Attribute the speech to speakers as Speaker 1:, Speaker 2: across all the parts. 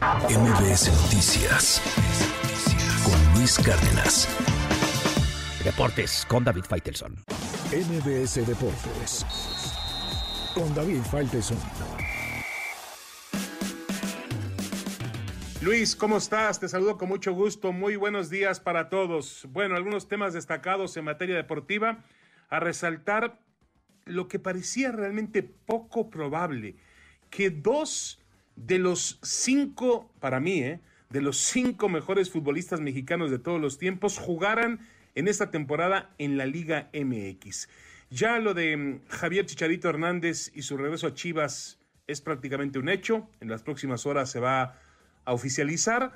Speaker 1: MBS Noticias con Luis Cárdenas.
Speaker 2: Deportes con David Faitelson.
Speaker 1: MBS Deportes con David Faitelson.
Speaker 3: Luis, ¿cómo estás? Te saludo con mucho gusto. Muy buenos días para todos. Bueno, algunos temas destacados en materia deportiva. A resaltar lo que parecía realmente poco probable, que dos de los cinco, para mí, de los cinco mejores futbolistas mexicanos de todos los tiempos jugaran en esta temporada en la Liga MX. Ya lo de Javier Chicharito Hernández y su regreso a Chivas es prácticamente un hecho. En las próximas horas se va a oficializar.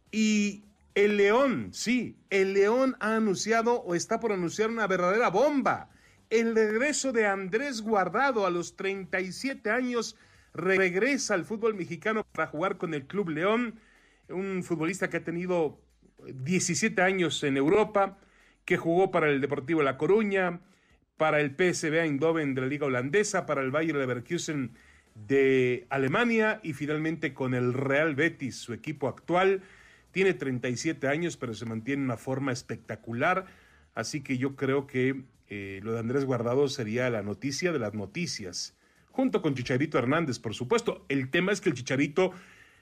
Speaker 3: Y el León, sí, el León ha anunciado o está por anunciar una verdadera bomba. El regreso de Andrés Guardado a los 37 años regresa al fútbol mexicano para jugar con el Club León, un futbolista que ha tenido 17 años en Europa, que jugó para el Deportivo La Coruña, para el PSV Eindhoven de la Liga Holandesa, para el Bayer Leverkusen de Alemania y finalmente con el Real Betis, su equipo actual. Tiene 37 años, pero se mantiene en una forma espectacular, así que yo creo que lo de Andrés Guardado sería la noticia de las noticias, junto con Chicharito Hernández, por supuesto. El tema es que el Chicharito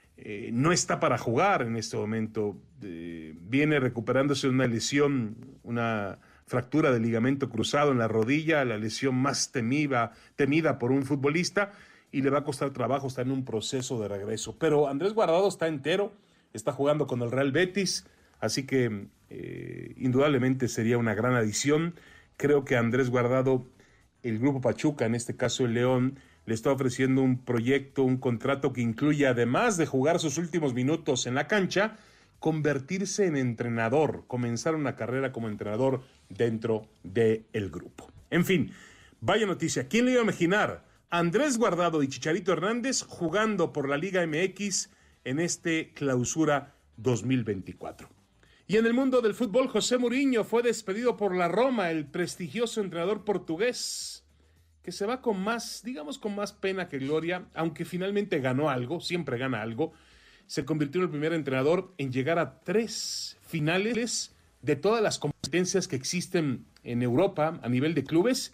Speaker 3: no está para jugar en este momento. Viene recuperándose de una lesión, una fractura de ligamento cruzado en la rodilla, la lesión más temida por un futbolista, y le va a costar trabajo, está en un proceso de regreso. Pero Andrés Guardado está entero, está jugando con el Real Betis, así que indudablemente sería una gran adición. Creo que Andrés Guardado, el Grupo Pachuca, en este caso el León, le está ofreciendo un proyecto, un contrato que incluye, además de jugar sus últimos minutos en la cancha, convertirse en entrenador, comenzar una carrera como entrenador dentro del grupo. En fin, vaya noticia. ¿Quién le iba a imaginar? Andrés Guardado y Chicharito Hernández jugando por la Liga MX en este Clausura 2024. Y en el mundo del fútbol, José Mourinho fue despedido por la Roma, el prestigioso entrenador portugués, que se va con más, digamos, con más pena que gloria, aunque finalmente ganó algo, siempre gana algo. Se convirtió en el primer entrenador en llegar a 3 finales de todas las competencias que existen en Europa a nivel de clubes,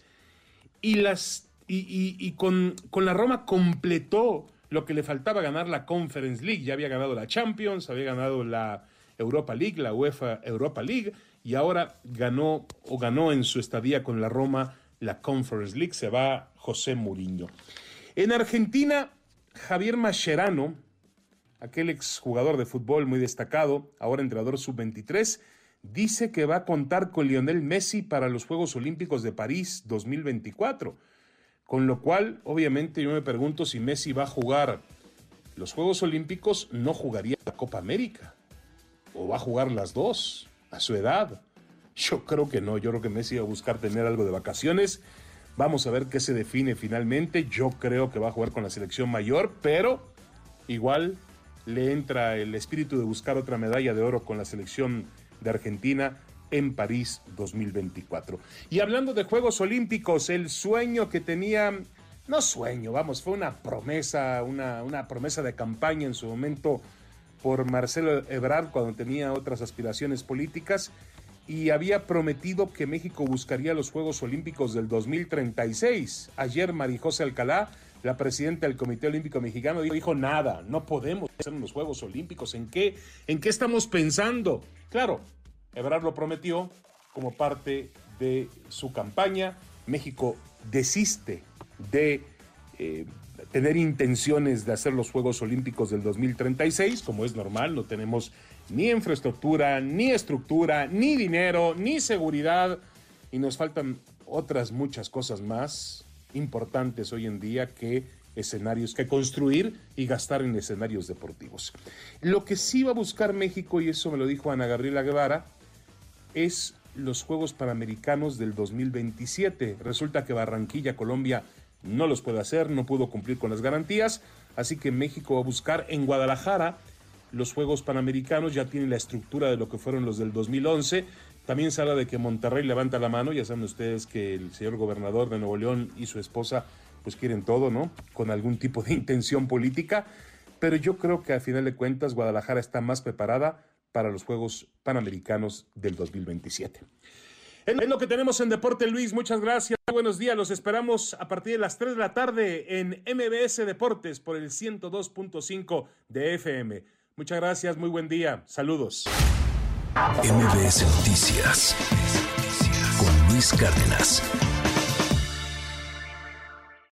Speaker 3: y con la Roma completó lo que le faltaba ganar, la Conference League. Ya había ganado la Champions, había ganado la Europa League, la UEFA Europa League, y ahora ganó en su estadía con la Roma la Conference League. Se va José Mourinho. En Argentina, Javier Mascherano, aquel exjugador de fútbol muy destacado, ahora entrenador sub-23, dice que va a contar con Lionel Messi para los Juegos Olímpicos de París 2024. Con lo cual, obviamente, yo me pregunto si Messi va a jugar los Juegos Olímpicos, no jugaría la Copa América. ¿O va a jugar las dos a su edad? Yo creo que no. Yo creo que Messi va a buscar tener algo de vacaciones. Vamos a ver qué se define finalmente. Yo creo que va a jugar con la selección mayor, pero igual le entra el espíritu de buscar otra medalla de oro con la selección de Argentina en París 2024. Y hablando de Juegos Olímpicos, el sueño que tenía, no sueño, vamos, fue una promesa, una promesa de campaña en su momento por Marcelo Ebrard cuando tenía otras aspiraciones políticas, y había prometido que México buscaría los Juegos Olímpicos del 2036. Ayer Marijose Alcalá, la presidenta del Comité Olímpico Mexicano, dijo nada, no podemos hacer los Juegos Olímpicos. ¿En qué estamos pensando? Claro, Ebrard lo prometió como parte de su campaña. México desiste de tener intenciones de hacer los Juegos Olímpicos del 2036, como es normal. No tenemos ni infraestructura, ni estructura, ni dinero, ni seguridad, y nos faltan otras muchas cosas más importantes hoy en día que escenarios que construir y gastar en escenarios deportivos. Lo que sí va a buscar México, y eso me lo dijo Ana Gabriela Guevara, es los Juegos Panamericanos del 2027. Resulta que Barranquilla, Colombia, no los puede hacer, no pudo cumplir con las garantías, así que México va a buscar en Guadalajara los Juegos Panamericanos. Ya tienen la estructura de lo que fueron los del 2011. También se habla de que Monterrey levanta la mano. Ya saben ustedes que el señor gobernador de Nuevo León y su esposa pues quieren todo, ¿no? Con algún tipo de intención política. pero yo creo que al final de cuentas Guadalajara está más preparada para los Juegos Panamericanos del 2027. Es lo que tenemos en Deporte, Luis. Muchas gracias. Buenos días. Los esperamos a partir de las 3 de la tarde en MBS Deportes por el 102.5 de FM. Muchas gracias. Muy buen día. Saludos.
Speaker 1: MBS Noticias con Luis Cárdenas.